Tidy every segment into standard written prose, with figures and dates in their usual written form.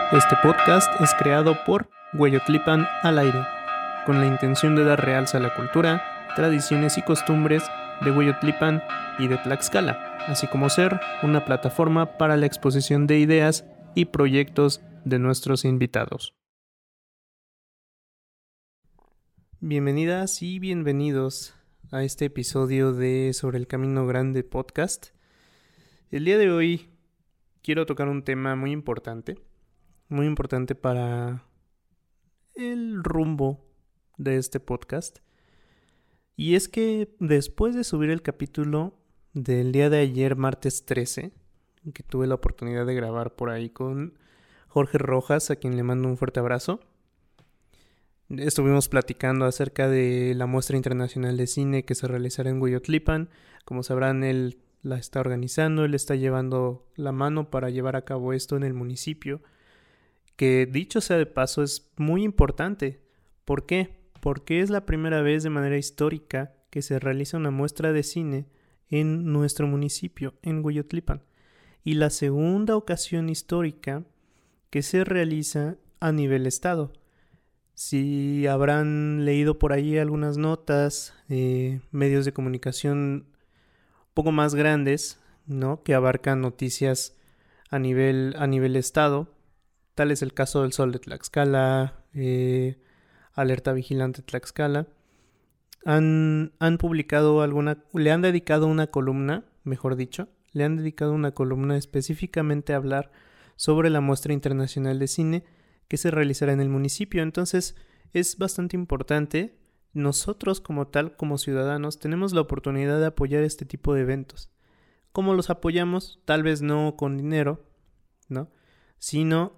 Este podcast es creado por Hueyotlipan al aire, con la intención de dar realce a la cultura, tradiciones y costumbres de Hueyotlipan y de Tlaxcala, así como ser una plataforma para la exposición de ideas y proyectos de nuestros invitados. Bienvenidas y bienvenidos a este episodio de Sobre el Camino Grande podcast. El día de hoy quiero tocar un tema muy importante para el rumbo de este podcast. Y es que después de subir el capítulo del día de ayer, martes 13, que tuve la oportunidad de grabar por ahí con Jorge Rojas, a quien le mando un fuerte abrazo, estuvimos platicando acerca de la muestra internacional de cine que se realizará en Hueyotlipan. Como sabrán, él la está organizando, él está llevando la mano para llevar a cabo esto en el municipio, que dicho sea de paso es muy importante. ¿Por qué? Porque es la primera vez de manera histórica que se realiza una muestra de cine en nuestro municipio, en Hueyotlipan, y la segunda ocasión histórica que se realiza a nivel estado. Si habrán leído por ahí algunas notas, medios de comunicación un poco más grandes, ¿no?, que abarcan noticias a nivel estado. Tal es el caso del Sol de Tlaxcala, Alerta Vigilante Tlaxcala. Han publicado le han dedicado una columna, específicamente a hablar sobre la muestra internacional de cine que se realizará en el municipio. Entonces es bastante importante. Nosotros como ciudadanos tenemos la oportunidad de apoyar este tipo de eventos. ¿Cómo los apoyamos? Tal vez no con dinero, ¿no?, sino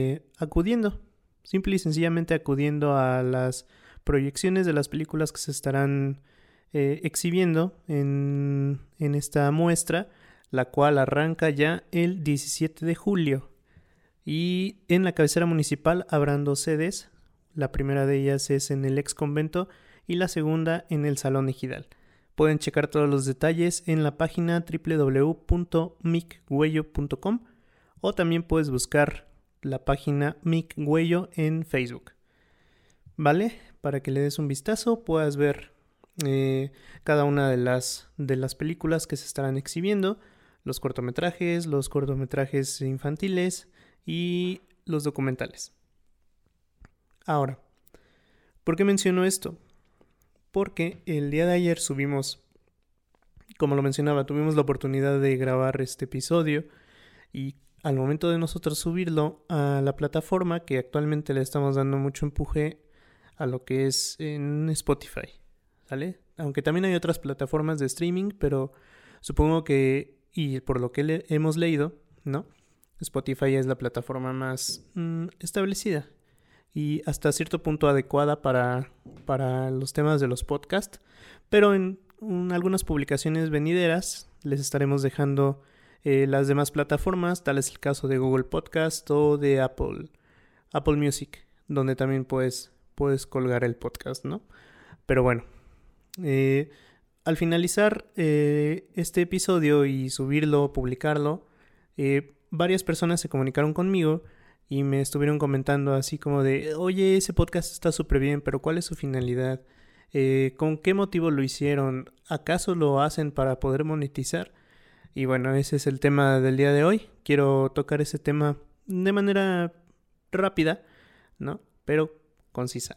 simple y sencillamente acudiendo a las proyecciones de las películas que se estarán exhibiendo en esta muestra, la cual arranca ya el 17 de julio. Y en la cabecera municipal habrán 2 sedes. La primera de ellas es en el ex convento y la segunda en el Salón Ejidal. Pueden checar todos los detalles en la página www.michueyo.com o también puedes buscar la página Mic Hueyo en Facebook, ¿vale? Para que le des un vistazo, puedas ver cada una de las películas que se estarán exhibiendo, los cortometrajes infantiles y los documentales. Ahora, ¿por qué menciono esto? Porque el día de ayer como lo mencionaba, tuvimos la oportunidad de grabar este episodio y al momento de nosotros subirlo a la plataforma, que actualmente le estamos dando mucho empuje a lo que es en Spotify, ¿sale? Aunque también hay otras plataformas de streaming, pero supongo que, y por lo que hemos leído, ¿no?, Spotify es la plataforma más establecida y hasta cierto punto adecuada para los temas de los podcasts, pero en algunas publicaciones venideras les estaremos dejando las demás plataformas, tal es el caso de Google Podcast o de Apple Music, donde también puedes colgar el podcast, ¿no? Pero bueno, al finalizar este episodio y subirlo, publicarlo, varias personas se comunicaron conmigo y me estuvieron comentando así como de: oye, ese podcast está súper bien, pero ¿cuál es su finalidad? ¿Con qué motivo lo hicieron? ¿Acaso lo hacen para poder monetizar? Y bueno, ese es el tema del día de hoy. Quiero tocar ese tema de manera rápida, ¿no?, pero concisa.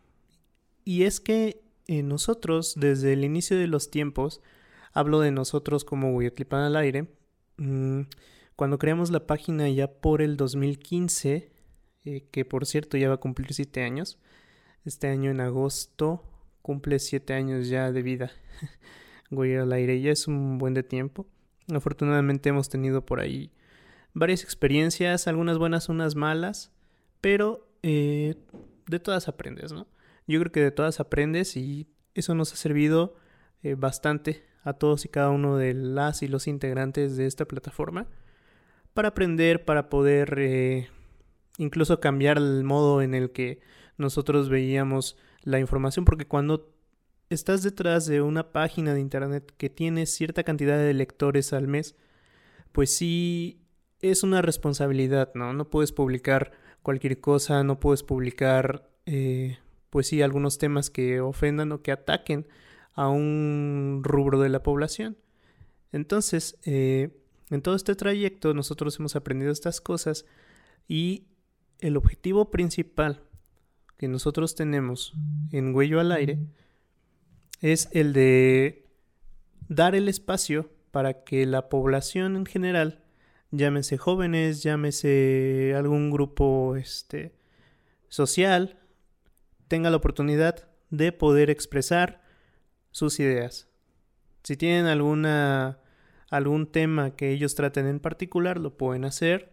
Y es que nosotros, desde el inicio de los tiempos, hablo de nosotros como Hueyotlipan al aire, cuando creamos la página ya por el 2015, que por cierto ya va a cumplir 7 años. Este año en agosto cumple 7 años ya de vida. Huey al aire ya es un buen de tiempo. Afortunadamente hemos tenido por ahí varias experiencias, algunas buenas, unas malas, pero de todas aprendes, ¿no? Yo creo que de todas aprendes y eso nos ha servido bastante a todos y cada uno de las y los integrantes de esta plataforma para aprender, para poder incluso cambiar el modo en el que nosotros veíamos la información, porque cuando estás detrás de una página de internet que tiene cierta cantidad de lectores al mes, pues sí es una responsabilidad, ¿no? No puedes publicar cualquier cosa, no puedes publicar, pues sí, algunos temas que ofendan o que ataquen a un rubro de la población. Entonces, en todo este trayecto nosotros hemos aprendido estas cosas y el objetivo principal que nosotros tenemos en Güello al Aire es el de dar el espacio para que la población en general, llámese jóvenes, llámese algún grupo social, tenga la oportunidad de poder expresar sus ideas. Si tienen algún tema que ellos traten en particular, lo pueden hacer.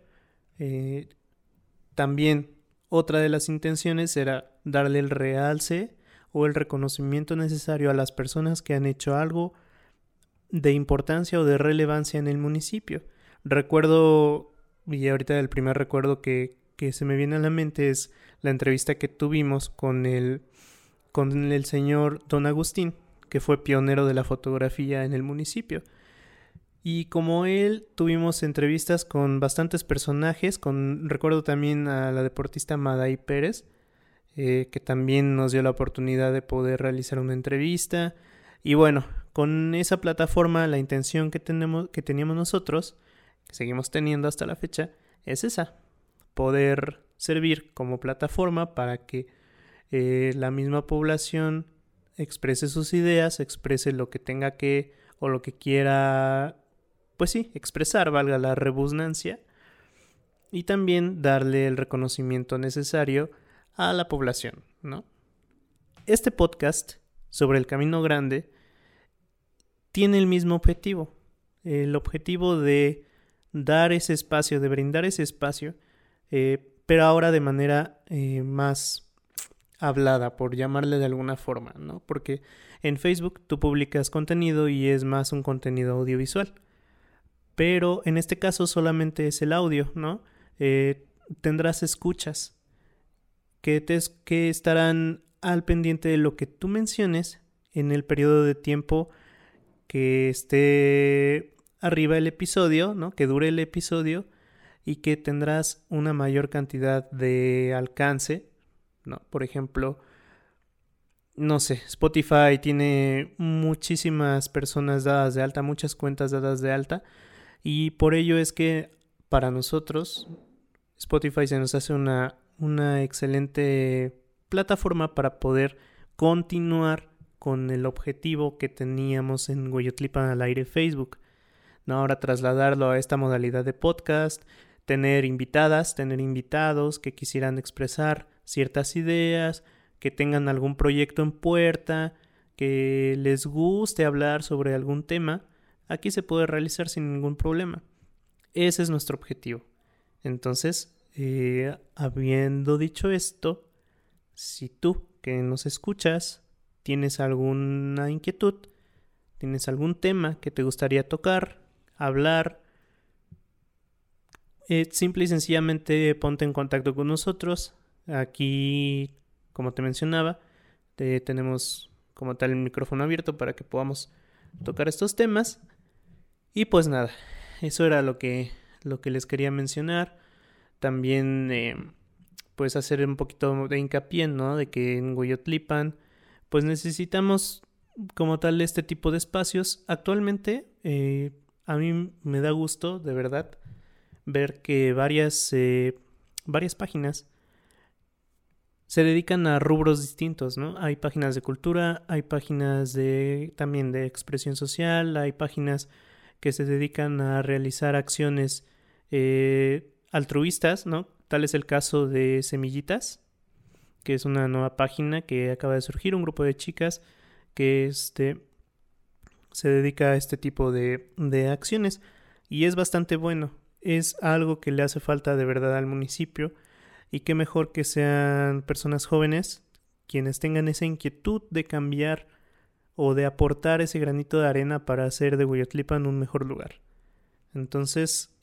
También otra de las intenciones era darle el realce o el reconocimiento necesario a las personas que han hecho algo de importancia o de relevancia en el municipio. Recuerdo, y ahorita el primer recuerdo que se me viene a la mente es la entrevista que tuvimos con el señor Don Agustín, que fue pionero de la fotografía en el municipio. Y como él, tuvimos entrevistas con bastantes personajes, recuerdo también a la deportista Maday Pérez, que también nos dio la oportunidad de poder realizar una entrevista. Y bueno, con esa plataforma la intención que teníamos nosotros, que seguimos teniendo hasta la fecha, es esa: poder servir como plataforma para que la misma población exprese sus ideas, exprese lo que tenga que o lo que quiera, pues sí, expresar, valga la redundancia, y también darle el reconocimiento necesario a la población, ¿no? Este podcast sobre el Camino Grande tiene el mismo objetivo, el objetivo de dar ese espacio, de brindar ese espacio, pero ahora de manera más hablada, por llamarle de alguna forma, ¿no? Porque en Facebook tú publicas contenido y es más un contenido audiovisual, pero en este caso solamente es el audio, ¿no? Tendrás escuchas que estarán al pendiente de lo que tú menciones en el periodo de tiempo que esté arriba el episodio, ¿no? Que dure el episodio, y que tendrás una mayor cantidad de alcance, ¿no? Por ejemplo, no sé, Spotify tiene muchísimas personas dadas de alta, muchas cuentas dadas de alta, y por ello es que para nosotros Spotify se nos hace una excelente plataforma para poder continuar con el objetivo que teníamos en Güeyotlipan al Aire Facebook, ¿no? Ahora trasladarlo a esta modalidad de podcast, tener invitados que quisieran expresar ciertas ideas, que tengan algún proyecto en puerta, que les guste hablar sobre algún tema. Aquí se puede realizar sin ningún problema. Ese es nuestro objetivo. Entonces, habiendo dicho esto, si tú que nos escuchas tienes alguna inquietud, tienes algún tema que te gustaría tocar, hablar, simple y sencillamente ponte en contacto con nosotros. Aquí, como te mencionaba, tenemos como tal el micrófono abierto para que podamos tocar estos temas. Y pues nada, eso era lo que les quería mencionar. También pues hacer un poquito de hincapié, ¿no? De que en Güeyotlipan pues necesitamos como tal este tipo de espacios. Actualmente a mí me da gusto, de verdad, ver que varias páginas se dedican a rubros distintos, ¿no? Hay páginas de cultura, hay páginas también de expresión social, hay páginas que se dedican a realizar acciones altruistas, ¿no? Tal es el caso de Semillitas, que es una nueva página que acaba de surgir, un grupo de chicas que se dedica a este tipo de acciones, y es bastante bueno. Es algo que le hace falta de verdad al municipio, y qué mejor que sean personas jóvenes quienes tengan esa inquietud de cambiar o de aportar ese granito de arena para hacer de Güeyotlipan un mejor lugar. Entonces,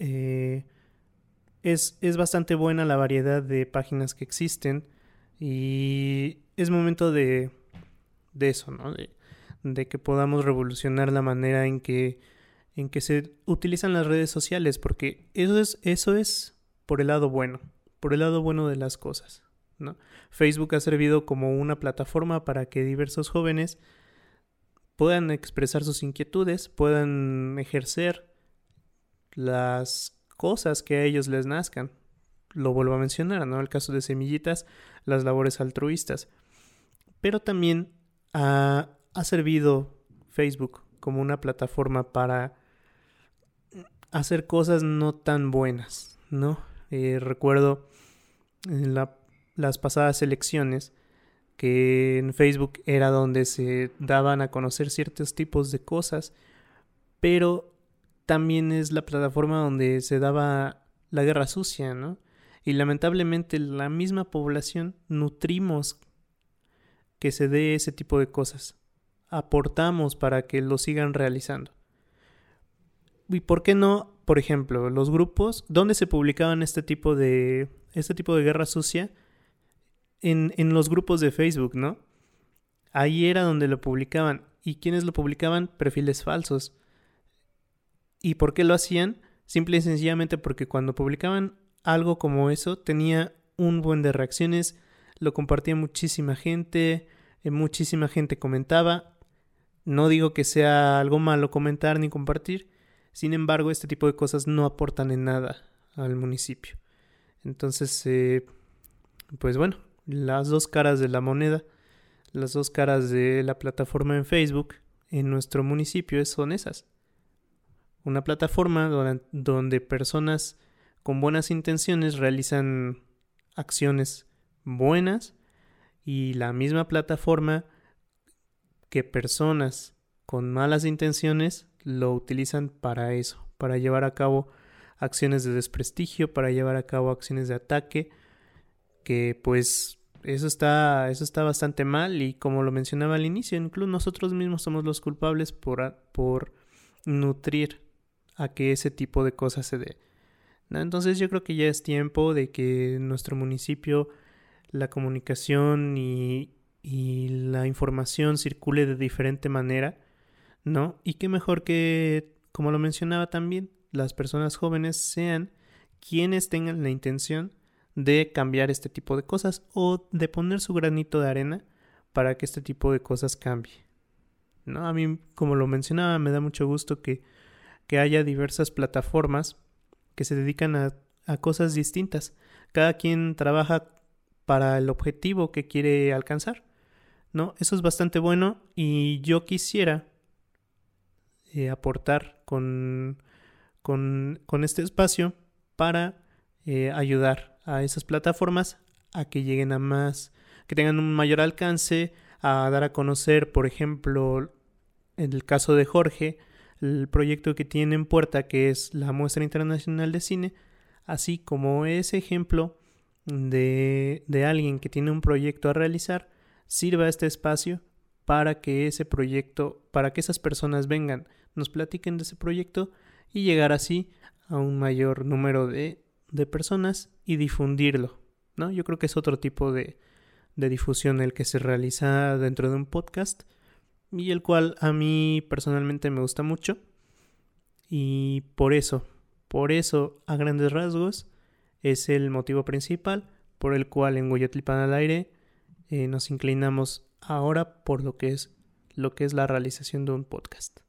es bastante buena la variedad de páginas que existen, y es momento de eso, ¿no? De que podamos revolucionar la manera en que se utilizan las redes sociales, porque eso es por el lado bueno. por el lado bueno de las cosas, ¿no? Facebook ha servido como una plataforma para que diversos jóvenes puedan expresar sus inquietudes, puedan ejercer las cosas que a ellos les nazcan. Lo vuelvo a mencionar, ¿no? El caso de Semillitas, las labores altruistas. Pero también ha servido Facebook como una plataforma para hacer cosas no tan buenas, ¿no? Recuerdo en las pasadas elecciones que en Facebook era donde se daban a conocer ciertos tipos de cosas, pero también es la plataforma donde se daba la guerra sucia, ¿no? Y lamentablemente la misma población nutrimos que se dé ese tipo de cosas. Aportamos para que lo sigan realizando. ¿Y por qué no, por ejemplo, los grupos donde se publicaban este tipo de guerra sucia? En los grupos de Facebook, ¿no? Ahí era donde lo publicaban. ¿Y quiénes lo publicaban? Perfiles falsos. ¿Y por qué lo hacían? Simple y sencillamente porque cuando publicaban algo como eso tenía un buen de reacciones, lo compartía muchísima gente comentaba. No digo que sea algo malo comentar ni compartir, sin embargo este tipo de cosas no aportan en nada al municipio. Entonces, pues bueno, las dos caras de la moneda, las dos caras de la plataforma en Facebook en nuestro municipio son esas. Una plataforma donde personas con buenas intenciones realizan acciones buenas y la misma plataforma que personas con malas intenciones lo utilizan para eso, para llevar a cabo acciones de desprestigio, para llevar a cabo acciones de ataque, que pues eso está bastante mal y como lo mencionaba al inicio, incluso nosotros mismos somos los culpables por nutrir a que ese tipo de cosas se dé, ¿no? Entonces yo creo que ya es tiempo de que en nuestro municipio la comunicación y la información circule de diferente manera, ¿no? Y qué mejor que, como lo mencionaba también, las personas jóvenes sean quienes tengan la intención de cambiar este tipo de cosas o de poner su granito de arena para que este tipo de cosas cambie, ¿no? A mí, como lo mencionaba, me da mucho gusto que haya diversas plataformas que se dedican a cosas distintas. Cada quien trabaja para el objetivo que quiere alcanzar, ¿no? Eso es bastante bueno y yo quisiera aportar con este espacio para ayudar a esas plataformas a que lleguen a más, que tengan un mayor alcance, a dar a conocer, por ejemplo, en el caso de Jorge, el proyecto que tiene en puerta, que es la Muestra Internacional de Cine, así como ese ejemplo de alguien que tiene un proyecto a realizar, sirva este espacio para que ese proyecto, para que esas personas vengan, nos platiquen de ese proyecto y llegar así a un mayor número de personas y difundirlo, ¿no? Yo creo que es otro tipo de difusión el que se realiza dentro de un podcast y el cual a mí personalmente me gusta mucho y por eso a grandes rasgos es el motivo principal por el cual en Hueyotlipan al Aire nos inclinamos ahora por lo que es la realización de un podcast.